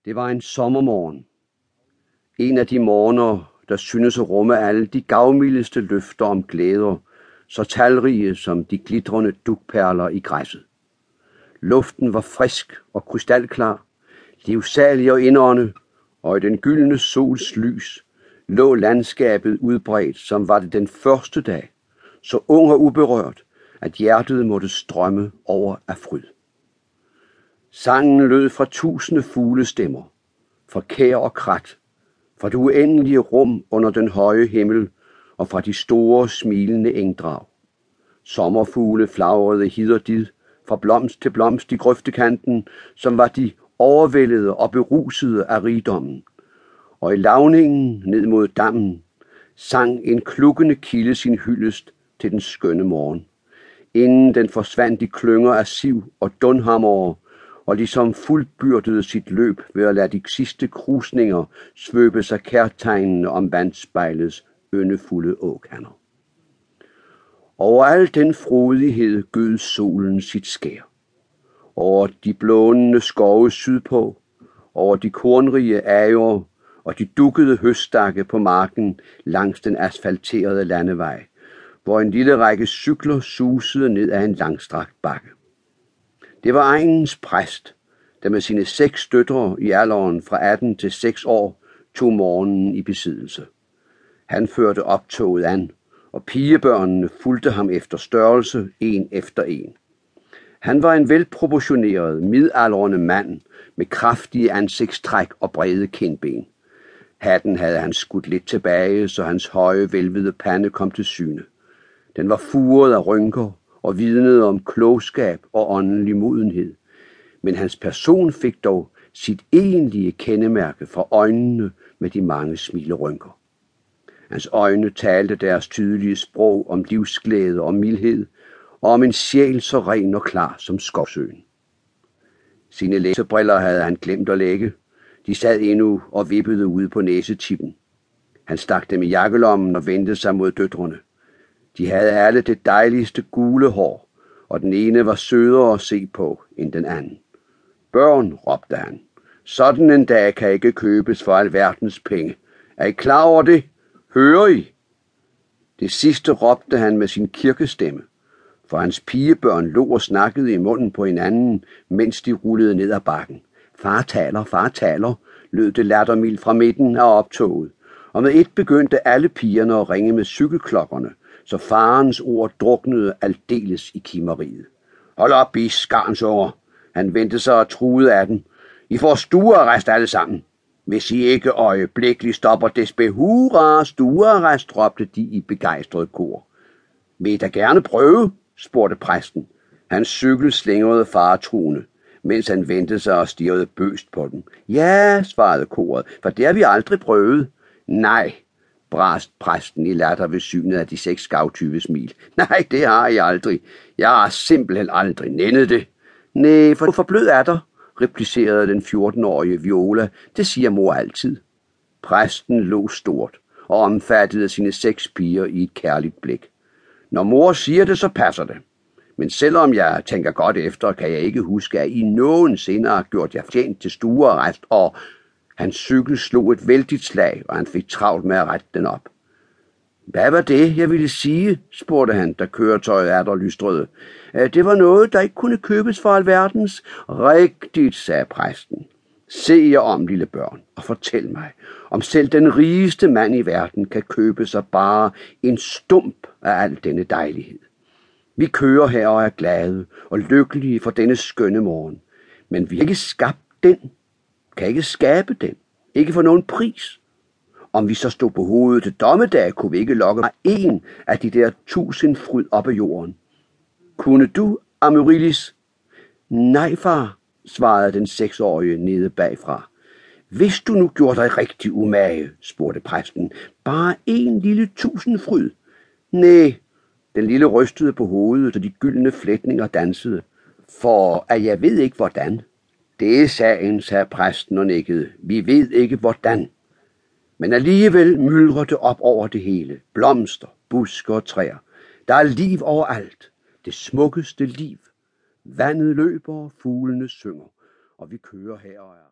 Det var en sommermorgen. En af de morgener, der synes at rumme alle de gavmildeste løfter om glæder, så talrige som de glitrende dugperler i græsset. Luften var frisk og krystalklar, livsalig og indånde, og i den gyldne sols lys lå landskabet udbredt, som var det den første dag, så ung og uberørt, at hjertet måtte strømme over af fryd. Sangen lød fra tusinde fuglestemmer, fra kær og krat, fra det uendelige rum under den høje himmel og fra de store smilende engdrag. Sommerfugle flagrede hid og did, fra blomst til blomst i grøftekanten, som var de overvældede og berusede af rigdommen. Og i lavningen ned mod dammen sang en klukkende kilde sin hyldest til den skønne morgen, inden den forsvandt i klynger af siv og dunhammer, og ligesom fuldbyrdede sit løb ved at lade de sidste krusninger svøbe sig kærtegnende om vandspejlets yndefulde åkander. Over al den frodighed gød solen sit skær. Over de blånende skove sydpå, over de kornrige ager og de dukkede høststakke på marken langs den asfalterede landevej, hvor en lille række cykler susede ned ad en langstrakt bakke. Det var egnens præst, der med sine 6 døtre i alderen fra 18 til 6 år tog morgenen i besiddelse. Han førte optoget an, og pigebørnene fulgte ham efter størrelse, en efter en. Han var en velproportioneret, midaldrende mand med kraftige ansigtstræk og brede kindben. Hatten havde han skudt lidt tilbage, så hans høje, velvede pande kom til syne. Den var furet af rynker og vidnede om klogskab og åndelig modenhed. Men hans person fik dog sit egentlige kendemærke fra øjnene med de mange smilerynker. Hans øjne talte deres tydelige sprog om livsglæde og mildhed, og om en sjæl så ren og klar som skovsøen. Sine læsebriller havde han glemt at lægge. De sad endnu og vippede ude på næsetippen. Han stak dem i jakkelommen og vendte sig mod døtrene. De havde alle det dejligste gule hår, og den ene var sødere at se på end den anden. Børn, råbte han. Sådan en dag kan ikke købes for alverdens penge. Er I klar over det? Hører I? Det sidste råbte han med sin kirkestemme, for hans pigebørn lå og snakkede i munden på hinanden, mens de rullede ned ad bakken. Far taler, lød det lattermildt fra midten af optoget, og med et begyndte alle pigerne at ringe med cykelklokkerne, så farens ord druknede aldeles i kimmeriet. Hold op, I skarnsunger! Han vendte sig og truede af dem. I får stuearrest alle sammen. Hvis I ikke øjeblikkeligt stopper despe hurra, stuearrest, råbte de i begejstret kor. Vil I da gerne prøve? Spurgte præsten. Hans cykel slingrede faretruende, mens han vendte sig og stirrede bøst på den. Ja, svarede koret, for det har vi aldrig prøvet. Nej, brast præsten i latter ved synet af de 6 gavtyve smil. Nej, det har I aldrig. Jeg har simpelthen aldrig nændet det. Næh, for blød er der, replicerede den 14-årige Viola. Det siger mor altid. Præsten lå stort og omfattede sine 6 piger i et kærligt blik. Når mor siger det, så passer det. Men selvom jeg tænker godt efter, kan jeg ikke huske, at I nogensinde har gjort jer fortjent til stuearrest, og hans cykel slog et vældigt slag, og han fik travlt med at rette den op. Hvad var det, jeg ville sige, spurgte han, da køretøjet atter lystrede. Det var noget, der ikke kunne købes for alverdens. Rigtigt, sagde præsten. Se jer om, lille børn, og fortæl mig, om selv den rigeste mand i verden kan købe sig bare en stump af al denne dejlighed. Vi kører her og er glade og lykkelige for denne skønne morgen, men vi har ikke skabt den, kan ikke skabe den, ikke for nogen pris. Om vi så stod på hovedet til dommedag, kunne vi ikke lokke en af de der 1000 fryd op af jorden. Kunne du, Amaryllis? Nej, far, svarede den 6-årige nede bagfra. Hvis du nu gjorde dig rigtig umage, spurgte præsten, bare en lille 1000 fryd. Næh, den lille rystede på hovedet, og de gyldne flætninger dansede. For at jeg ved ikke hvordan. Det er sagen, sagde præsten og nikkede. Vi ved ikke hvordan. Men alligevel myldrer det op over det hele. Blomster, busker og træer. Der er liv overalt. Det smukkeste liv. Vandet løber, fuglene synger, og vi kører her og er.